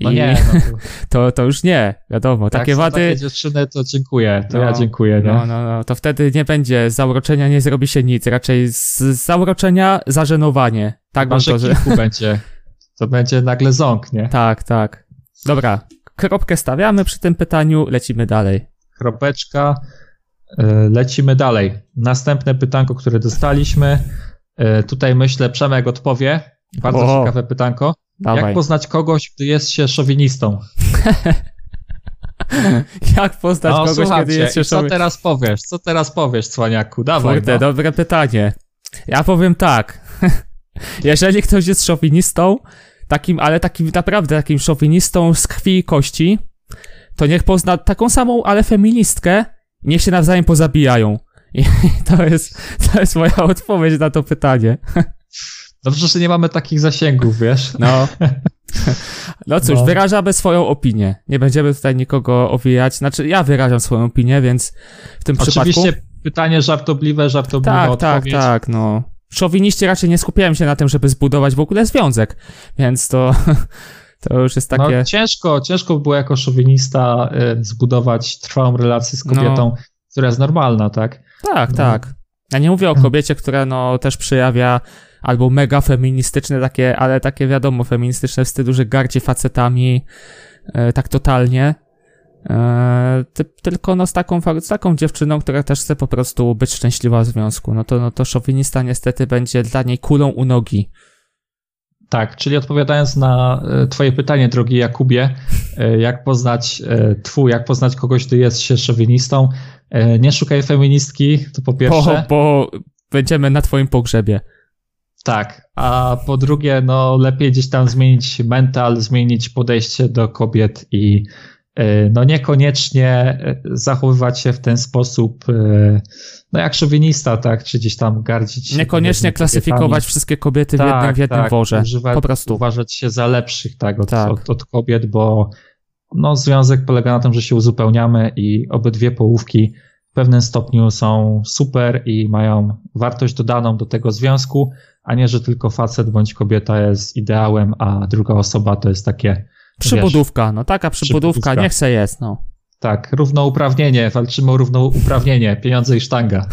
to już nie, wiadomo. Takie wady. Takie dziewczyny, to dziękuję, ja dziękuję. Nie? To wtedy nie będzie z zauroczenia, nie zrobi się nic, raczej z zauroczenia zażenowanie. Tak bym to, że będzie. To będzie nagle ząg, nie? Tak. Dobra, kropkę stawiamy przy tym pytaniu, lecimy dalej. Kropeczka, lecimy dalej. Następne pytanko, które dostaliśmy, tutaj myślę Przemek odpowie. Bardzo ciekawe pytanko. Dawaj. Jak poznać kogoś, gdy jest się szowinistą? Jak poznać kogoś, kiedy jest się szowinistą? Co teraz powiesz, cwaniaku? Dawaj, Kurde, dobre pytanie. Ja powiem tak. Jeżeli ktoś jest szowinistą, ale takim naprawdę takim szowinistą z krwi i kości, to niech pozna taką samą, ale feministkę, niech się nawzajem pozabijają. I to jest moja odpowiedź na to pytanie. Dobrze, że nie mamy takich zasięgów, wiesz? No cóż, wyrażamy swoją opinię. Nie będziemy tutaj nikogo owijać. Znaczy, ja wyrażam swoją opinię, więc w tym przypadku... Oczywiście pytanie żartobliwe odpowiedź. Tak, no. Szowiniści raczej nie skupiałem się na tym, żeby zbudować w ogóle związek, więc to już jest takie... No ciężko było jako szowinista zbudować trwałą relację z kobietą, która jest normalna, tak? Tak. Ja nie mówię o kobiecie, która też przejawia albo mega feministyczne takie, ale takie wiadomo, feministyczne w stylu, że gardzi facetami tak totalnie. Tylko z taką dziewczyną, która też chce po prostu być szczęśliwa w związku. No to szowinista niestety będzie dla niej kulą u nogi. Tak, czyli odpowiadając na twoje pytanie, drogi Jakubie, jak poznać kogoś, kto jest się szowinistą, nie szukaj feministki, to po pierwsze. Bo będziemy na twoim pogrzebie. Tak, a po drugie, lepiej gdzieś tam zmienić mental, zmienić podejście do kobiet i niekoniecznie zachowywać się w ten sposób, jak szowinista, tak, czy gdzieś tam gardzić. Niekoniecznie klasyfikować wszystkie kobiety w jednym worze. Po prostu. Uważać się za lepszych, od kobiet, bo związek polega na tym, że się uzupełniamy i obydwie połówki w pewnym stopniu są super i mają wartość dodaną do tego związku, a nie, że tylko facet bądź kobieta jest ideałem, a druga osoba to jest takie... Przybudówka, taka przybudówka, niech se jest, Tak, równouprawnienie, walczymy o równouprawnienie, pieniądze i sztanga.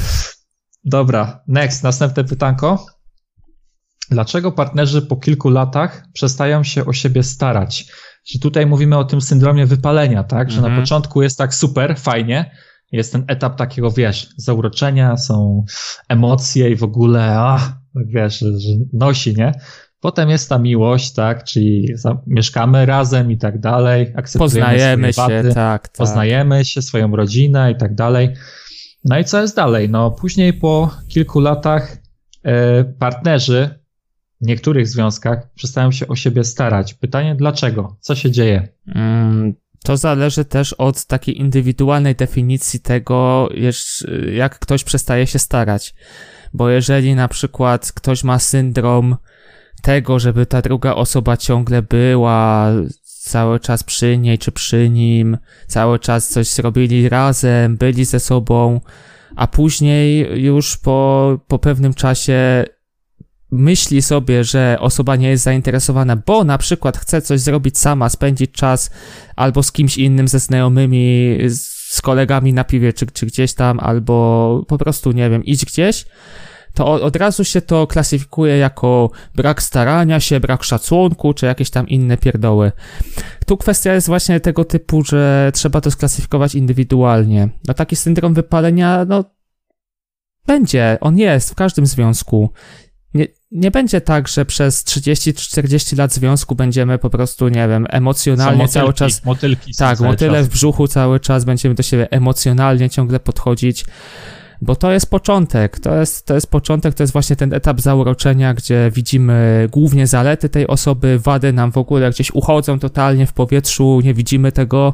Dobra, następne pytanko. Dlaczego partnerzy po kilku latach przestają się o siebie starać? Czyli tutaj mówimy o tym syndromie wypalenia, tak? Że na początku jest tak super, fajnie, jest ten etap takiego, zauroczenia, są emocje i w ogóle, że nosi, nie? Potem jest ta miłość, tak, czyli mieszkamy razem i tak dalej, poznajemy się, tak. Poznajemy się, swoją rodzinę i tak dalej. No i co jest dalej? Później po kilku latach partnerzy w niektórych związkach przestają się o siebie starać. Pytanie dlaczego? Co się dzieje? To zależy też od takiej indywidualnej definicji tego, jak ktoś przestaje się starać. Bo jeżeli na przykład ktoś ma syndrom tego, żeby ta druga osoba ciągle była cały czas przy niej czy przy nim, cały czas coś robili razem, byli ze sobą, a później już po pewnym czasie myśli sobie, że osoba nie jest zainteresowana, bo na przykład chce coś zrobić sama, spędzić czas albo z kimś innym, ze znajomymi, z kolegami na piwie czy gdzieś tam, albo po prostu, nie wiem, iść gdzieś, to od razu się to klasyfikuje jako brak starania się, brak szacunku, czy jakieś tam inne pierdoły. Tu kwestia jest właśnie tego typu, że trzeba to sklasyfikować indywidualnie. Taki syndrom wypalenia, on jest w każdym związku. Nie będzie tak, że przez 30-40 lat związku będziemy po prostu, nie wiem, emocjonalnie cały czas... Motylki. Tak, motyle w brzuchu cały czas, będziemy do siebie emocjonalnie ciągle podchodzić. Bo to jest początek, to jest początek, to jest właśnie ten etap zauroczenia, gdzie widzimy głównie zalety tej osoby, wady nam w ogóle gdzieś uchodzą totalnie w powietrzu, nie widzimy tego.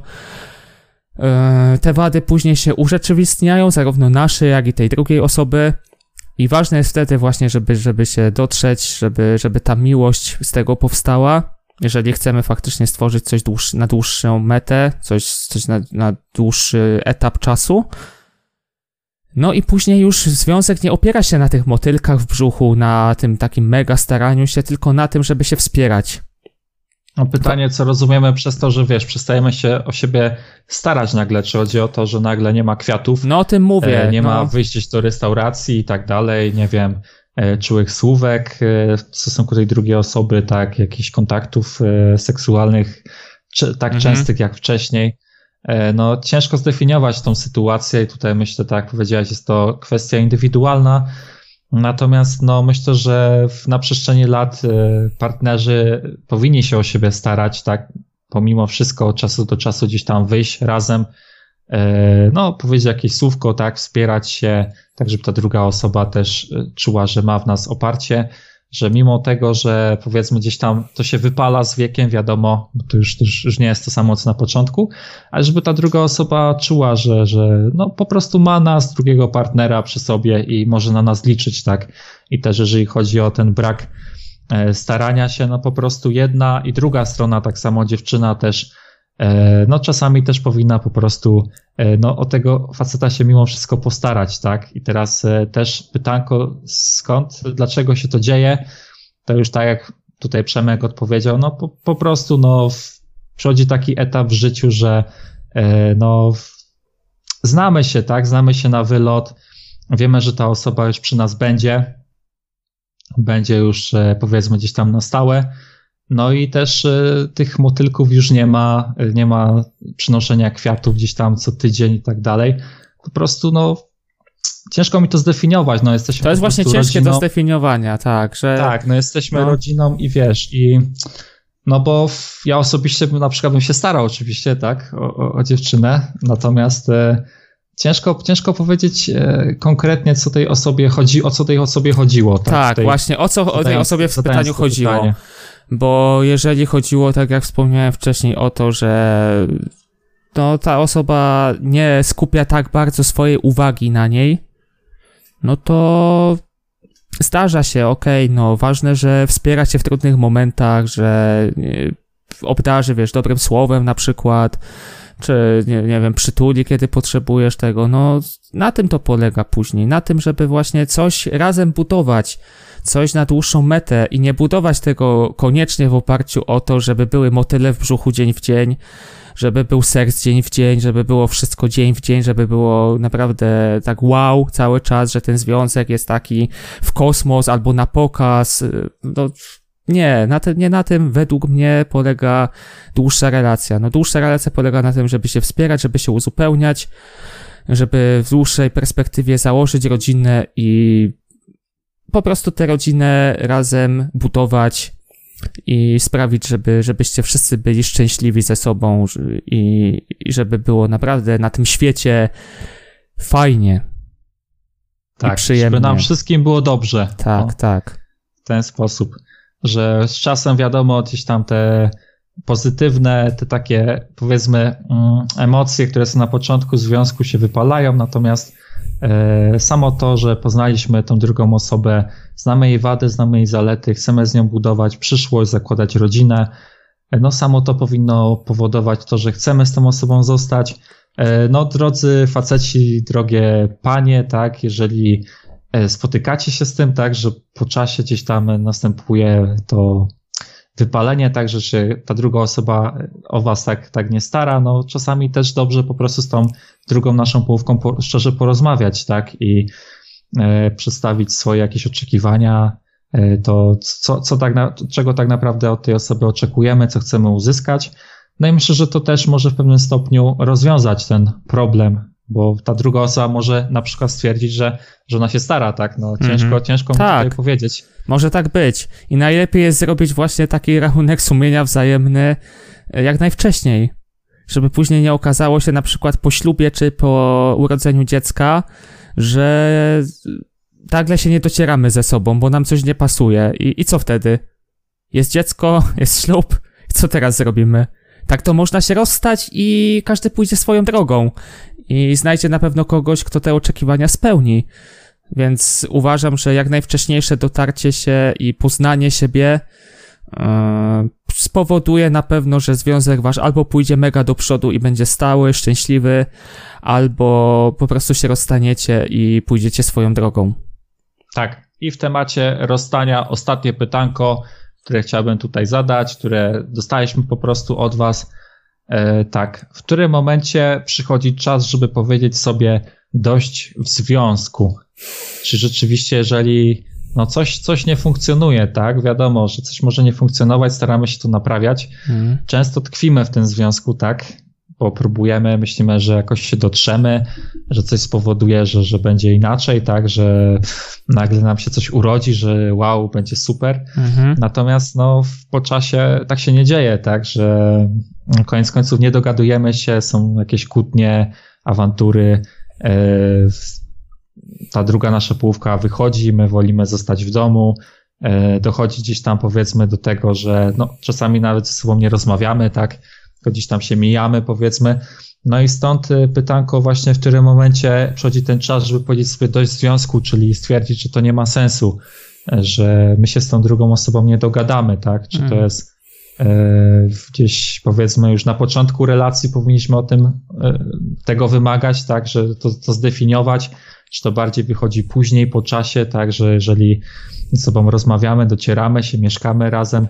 Te wady później się urzeczywistniają, zarówno nasze, jak i tej drugiej osoby. I ważne jest wtedy właśnie, żeby się dotrzeć, żeby ta miłość z tego powstała. Jeżeli chcemy faktycznie stworzyć coś na dłuższą metę, coś na dłuższy etap czasu. No i później już związek nie opiera się na tych motylkach w brzuchu, na tym takim mega staraniu się, tylko na tym, żeby się wspierać. Pytanie, co rozumiemy przez to, że przestajemy się o siebie starać nagle, czy chodzi o to, że nagle nie ma kwiatów? O tym mówię. Nie ma wyjść do restauracji i tak dalej, nie wiem, czułych słówek w stosunku do tej drugiej osoby, tak, jakichś kontaktów seksualnych tak częstych jak wcześniej. Ciężko zdefiniować tą sytuację i tutaj myślę, tak jak powiedziałeś, jest to kwestia indywidualna, natomiast myślę, że na przestrzeni lat partnerzy powinni się o siebie starać, tak, pomimo wszystko od czasu do czasu gdzieś tam wyjść razem, no powiedzieć jakieś słówko, tak, wspierać się, tak żeby ta druga osoba też czuła, że ma w nas oparcie, że mimo tego, że powiedzmy gdzieś tam to się wypala z wiekiem, wiadomo, to już nie jest to samo co na początku, ale żeby ta druga osoba czuła, że no po prostu ma nas, drugiego partnera przy sobie i może na nas liczyć, tak. I też jeżeli chodzi o ten brak starania się, no po prostu jedna i druga strona, tak samo dziewczyna też, no czasami też powinna po prostu no o tego faceta się mimo wszystko postarać, tak? I teraz też pytanko skąd, dlaczego się to dzieje, to już tak jak tutaj Przemek odpowiedział, no po prostu no przychodzi taki etap w życiu, że no znamy się, tak? Znamy się na wylot, wiemy, że ta osoba już przy nas będzie już powiedzmy gdzieś tam na stałe. No i też tych motylków już nie ma przynoszenia kwiatów gdzieś tam co tydzień i tak dalej. Po prostu no ciężko mi to zdefiniować. No, jesteśmy to jest właśnie ciężkie rodziną, do zdefiniowania, tak. Że... Tak, no jesteśmy rodziną i wiesz, no bo ja osobiście na przykład bym się starał oczywiście, tak, o dziewczynę, natomiast ciężko powiedzieć konkretnie, co tej osobie chodzi, o co tej osobie chodziło. Tak, właśnie, o co o tej osobie w pytaniu chodziło. Pytanie. Bo jeżeli chodziło, tak jak wspomniałem wcześniej, o to, że no, ta osoba nie skupia tak bardzo swojej uwagi na niej, no to zdarza się, okej, no ważne, że wspiera cię w trudnych momentach, że obdarzy, wiesz, dobrym słowem na przykład, czy nie wiem, przytuli, kiedy potrzebujesz tego, no na tym to polega później, na tym, żeby właśnie coś razem budować, coś na dłuższą metę i nie budować tego koniecznie w oparciu o to, żeby były motyle w brzuchu dzień w dzień, żeby był seks dzień w dzień, żeby było wszystko dzień w dzień, żeby było naprawdę tak wow cały czas, że ten związek jest taki w kosmos albo na pokaz, no nie na tym według mnie polega dłuższa relacja. No dłuższa relacja polega na tym, żeby się wspierać, żeby się uzupełniać, żeby w dłuższej perspektywie założyć rodzinę i po prostu tę rodzinę razem budować i sprawić, żebyście wszyscy byli szczęśliwi ze sobą i żeby było naprawdę na tym świecie fajnie tak, i przyjemnie. Żeby nam wszystkim było dobrze. Tak, no, tak. W ten sposób, że z czasem wiadomo gdzieś tam te pozytywne, te takie powiedzmy emocje, które są na początku związku się wypalają, natomiast samo to, że poznaliśmy tą drugą osobę, znamy jej wady, znamy jej zalety, chcemy z nią budować przyszłość, zakładać rodzinę, no samo to powinno powodować to, że chcemy z tą osobą zostać. No drodzy faceci, drogie panie, tak, jeżeli spotykacie się z tym, tak, że po czasie gdzieś tam następuje to wypalenie, tak, że się ta druga osoba o was tak nie stara, no czasami też dobrze po prostu z tą drugą naszą połówką szczerze porozmawiać, tak, i przedstawić swoje jakieś oczekiwania, to czego tak naprawdę od tej osoby oczekujemy, co chcemy uzyskać. No i myślę, że to też może w pewnym stopniu rozwiązać ten problem, bo ta druga osoba może na przykład stwierdzić, że ona się stara, tak? No ciężko mi tutaj powiedzieć. Może tak być. I najlepiej jest zrobić właśnie taki rachunek sumienia wzajemny jak najwcześniej, żeby później nie okazało się na przykład po ślubie czy po urodzeniu dziecka, że nagle się nie docieramy ze sobą, bo nam coś nie pasuje. I co wtedy? Jest dziecko, jest ślub, co teraz zrobimy? Tak to można się rozstać i każdy pójdzie swoją drogą i znajdzie na pewno kogoś, kto te oczekiwania spełni. Więc uważam, że jak najwcześniejsze dotarcie się i poznanie siebie spowoduje na pewno, że związek wasz albo pójdzie mega do przodu i będzie stały, szczęśliwy, albo po prostu się rozstaniecie i pójdziecie swoją drogą. Tak. I w temacie rozstania ostatnie pytanko, które chciałbym tutaj zadać, które dostaliśmy po prostu od was. Tak, w którym momencie przychodzi czas, żeby powiedzieć sobie dość w związku? Czy rzeczywiście, jeżeli no coś nie funkcjonuje, tak? Wiadomo, że coś może nie funkcjonować, staramy się to naprawiać. Często tkwimy w tym związku, tak? popróbujemy, myślimy, że jakoś się dotrzemy, że coś spowoduje, że będzie inaczej, tak, że nagle nam się coś urodzi, że wow, będzie super. Natomiast no, po czasie tak się nie dzieje, tak, że koniec końców nie dogadujemy się, są jakieś kłótnie, awantury, ta druga nasza połówka wychodzi, my wolimy zostać w domu, dochodzi gdzieś tam powiedzmy do tego, że no, czasami nawet ze sobą nie rozmawiamy, tak, gdzieś tam się mijamy powiedzmy, no i stąd pytanko właśnie, w którym momencie przychodzi ten czas, żeby powiedzieć sobie dość związku, czyli stwierdzić, że to nie ma sensu, że my się z tą drugą osobą nie dogadamy, tak, czy to jest gdzieś powiedzmy już na początku relacji powinniśmy o tym tego wymagać, tak, że to zdefiniować, czy to bardziej wychodzi później po czasie, tak, że jeżeli z sobą rozmawiamy, docieramy się, mieszkamy razem.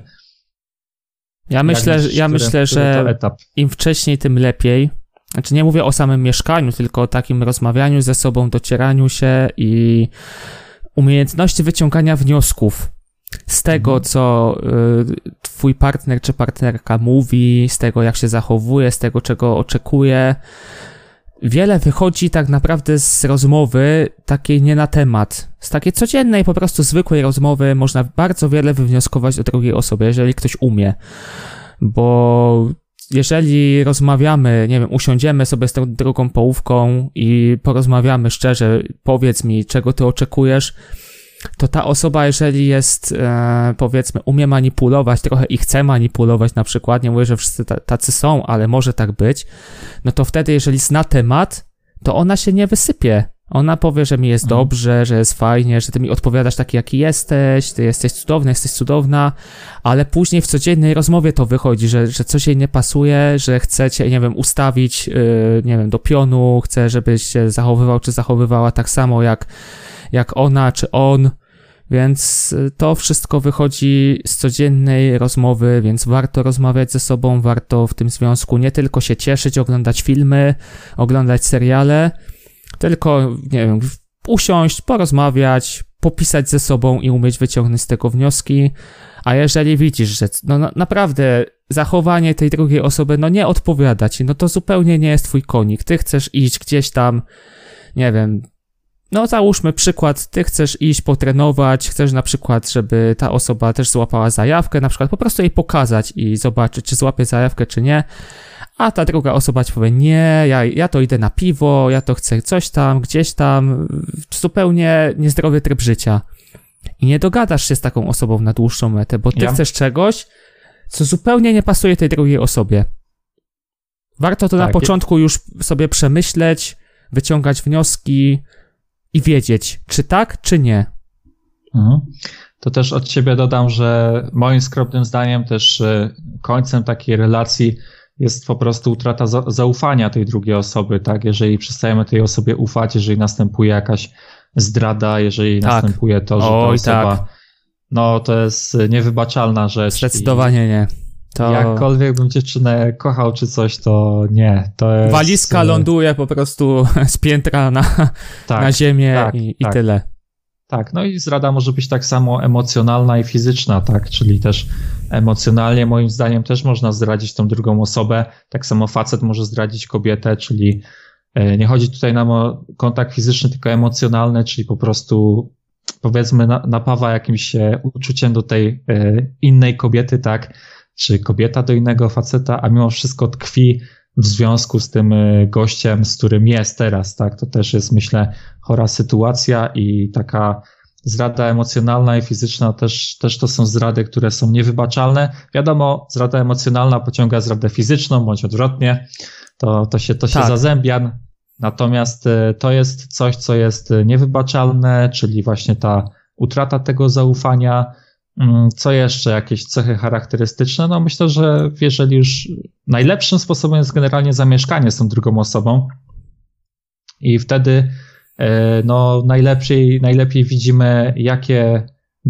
Ja myślę, że im wcześniej, tym lepiej. Znaczy nie mówię o samym mieszkaniu, tylko o takim rozmawianiu ze sobą, docieraniu się i umiejętności wyciągania wniosków z tego, co twój partner czy partnerka mówi, z tego, jak się zachowuje, z tego, czego oczekuje. Wiele wychodzi tak naprawdę z rozmowy takiej nie na temat. Z takiej codziennej, po prostu zwykłej rozmowy można bardzo wiele wywnioskować o drugiej osobie, jeżeli ktoś umie. Bo jeżeli rozmawiamy, nie wiem, usiądziemy sobie z tą drugą połówką i porozmawiamy szczerze, powiedz mi, czego ty oczekujesz, to ta osoba, jeżeli jest, powiedzmy, umie manipulować trochę i chce manipulować na przykład, nie mówię, że wszyscy tacy są, ale może tak być, no to wtedy, jeżeli zna temat, to ona się nie wysypie. Ona powie, że mi jest dobrze, że jest fajnie, że ty mi odpowiadasz taki, jaki jesteś, ty jesteś cudowny, jesteś cudowna, ale później w codziennej rozmowie to wychodzi, że coś jej nie pasuje, że chce cię, nie wiem, ustawić, nie wiem, do pionu, chce, żebyś się zachowywał czy zachowywała tak samo jak ona czy on, więc to wszystko wychodzi z codziennej rozmowy, więc warto rozmawiać ze sobą, warto w tym związku nie tylko się cieszyć, oglądać filmy, oglądać seriale, tylko, nie wiem, usiąść, porozmawiać, popisać ze sobą i umieć wyciągnąć z tego wnioski, a jeżeli widzisz, że no naprawdę zachowanie tej drugiej osoby no nie odpowiada ci, no to zupełnie nie jest twój konik, ty chcesz iść gdzieś tam, nie wiem, no załóżmy przykład, ty chcesz iść potrenować, chcesz na przykład, żeby ta osoba też złapała zajawkę, na przykład po prostu jej pokazać i zobaczyć, czy złapie zajawkę, czy nie, a ta druga osoba ci powie, nie, ja to idę na piwo, ja to chcę coś tam, gdzieś tam, zupełnie niezdrowy tryb życia. I nie dogadasz się z taką osobą na dłuższą metę, bo ty chcesz czegoś, co zupełnie nie pasuje tej drugiej osobie. Warto to na początku już sobie przemyśleć, wyciągać wnioski i wiedzieć, czy tak, czy nie. To też od siebie dodam, że moim skromnym zdaniem też końcem takiej relacji jest po prostu utrata zaufania tej drugiej osoby, tak? Jeżeli przestajemy tej osobie ufać, jeżeli następuje jakaś zdrada, jeżeli następuje to, że ta osoba, no to jest niewybaczalna rzecz. Zdecydowanie nie. To... Jakkolwiek bym dziewczynę kochał czy coś, to nie. To jest... Walizka ląduje po prostu z piętra na ziemię i tyle. Tak, no i zdrada może być tak samo emocjonalna i fizyczna, tak, czyli też emocjonalnie moim zdaniem też można zdradzić tą drugą osobę, tak samo facet może zdradzić kobietę, czyli nie chodzi tutaj nam o kontakt fizyczny, tylko emocjonalny, czyli po prostu powiedzmy napawa jakimś uczuciem do tej innej kobiety, tak, czy kobieta do innego faceta, a mimo wszystko tkwi w związku z tym gościem, z którym jest teraz, tak, to też jest, myślę, chora sytuacja i taka zdrada emocjonalna i fizyczna też to są zdrady, które są niewybaczalne. Wiadomo, zdrada emocjonalna pociąga zdradę fizyczną, bądź odwrotnie, to się zazębia, natomiast to jest coś, co jest niewybaczalne, czyli właśnie ta utrata tego zaufania. Co jeszcze? Jakieś cechy charakterystyczne? No myślę, że jeżeli już najlepszym sposobem jest generalnie zamieszkanie z tą drugą osobą i wtedy no najlepiej widzimy jakie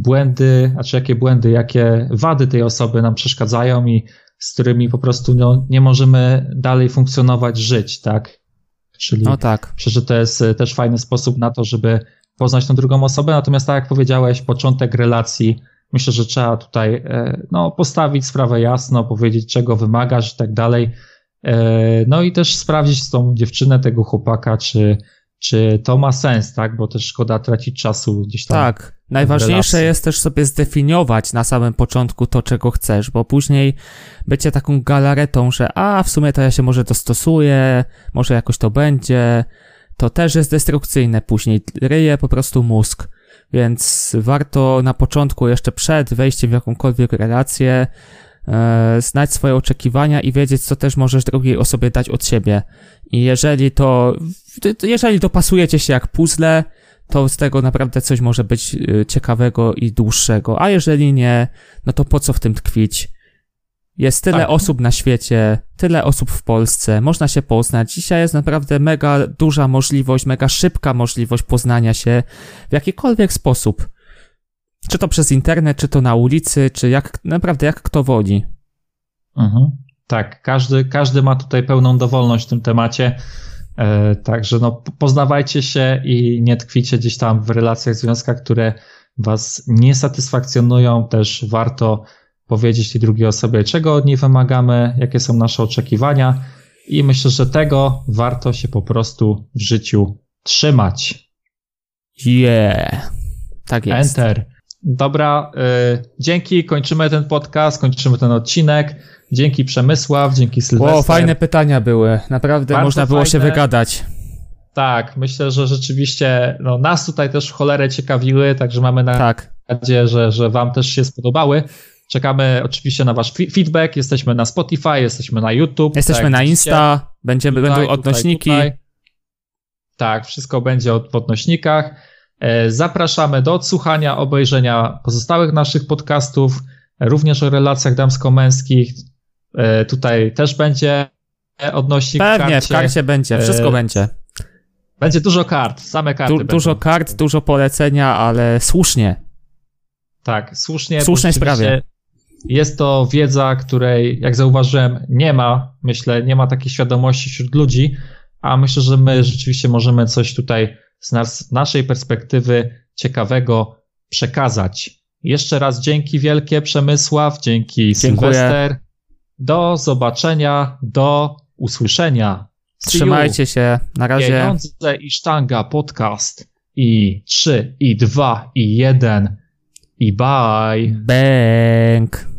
jakie wady tej osoby nam przeszkadzają i z którymi po prostu no, nie możemy dalej funkcjonować, żyć, tak? Czyli myślę, że to jest też fajny sposób na to, żeby poznać tą drugą osobę, natomiast tak jak powiedziałeś, początek relacji, myślę, że trzeba tutaj no, postawić sprawę jasno, powiedzieć czego wymagasz i tak dalej. No i też sprawdzić tą dziewczynę, tego chłopaka, czy to ma sens, tak? Bo też szkoda tracić czasu gdzieś tam. Tak, najważniejsze jest też sobie zdefiniować na samym początku to, czego chcesz, bo później bycie taką galaretą, że w sumie to ja się może dostosuję, może jakoś to będzie, to też jest destrukcyjne później, ryje po prostu mózg, więc warto na początku, jeszcze przed wejściem w jakąkolwiek relację, znać swoje oczekiwania i wiedzieć, co też możesz drugiej osobie dać od siebie. I jeżeli dopasujecie się jak puzzle, to z tego naprawdę coś może być ciekawego i dłuższego. A jeżeli nie, no to po co w tym tkwić? Jest tyle osób na świecie, tyle osób w Polsce, można się poznać. Dzisiaj jest naprawdę mega duża możliwość, mega szybka możliwość poznania się w jakikolwiek sposób. Czy to przez internet, czy to na ulicy, czy jak kto woli. Tak, każdy ma tutaj pełną dowolność w tym temacie, także poznawajcie się i nie tkwicie gdzieś tam w relacjach, związkach, które was nie satysfakcjonują. Też warto powiedzieć tej drugiej osobie, czego od niej wymagamy, jakie są nasze oczekiwania i myślę, że tego warto się po prostu w życiu trzymać. Tak jest. Enter. Dobra, dzięki, kończymy ten podcast, kończymy ten odcinek. Dzięki Przemysław, dzięki Sylwester. Fajne pytania były, naprawdę bardzo można było się wygadać. Tak, myślę, że rzeczywiście nas tutaj też w cholerę ciekawiły, także mamy nadzieję, że wam też się spodobały. Czekamy oczywiście na wasz feedback, jesteśmy na Spotify, jesteśmy na YouTube. Jesteśmy na Insta, będą odnośniki. Tutaj. Tak, wszystko będzie w odnośnikach. Zapraszamy do odsłuchania, obejrzenia pozostałych naszych podcastów, również o relacjach damsko-męskich. Tutaj też będzie odnośnik. Pewnie, w karcie będzie, wszystko będzie. Będzie dużo kart, same karty. Dużo kart, dużo polecenia, ale słusznie. Tak, słusznie. W słusznej sprawie. Jest to wiedza, której, jak zauważyłem, nie ma takiej świadomości wśród ludzi, a myślę, że my rzeczywiście możemy coś tutaj z naszej perspektywy ciekawego przekazać. Jeszcze raz dzięki wielkie Przemysław, dzięki Sylwester. Do zobaczenia, do usłyszenia. Trzymajcie się, na razie. Pieniądze i sztanga podcast. I 3, i 2, i 1, i bye. Bęk.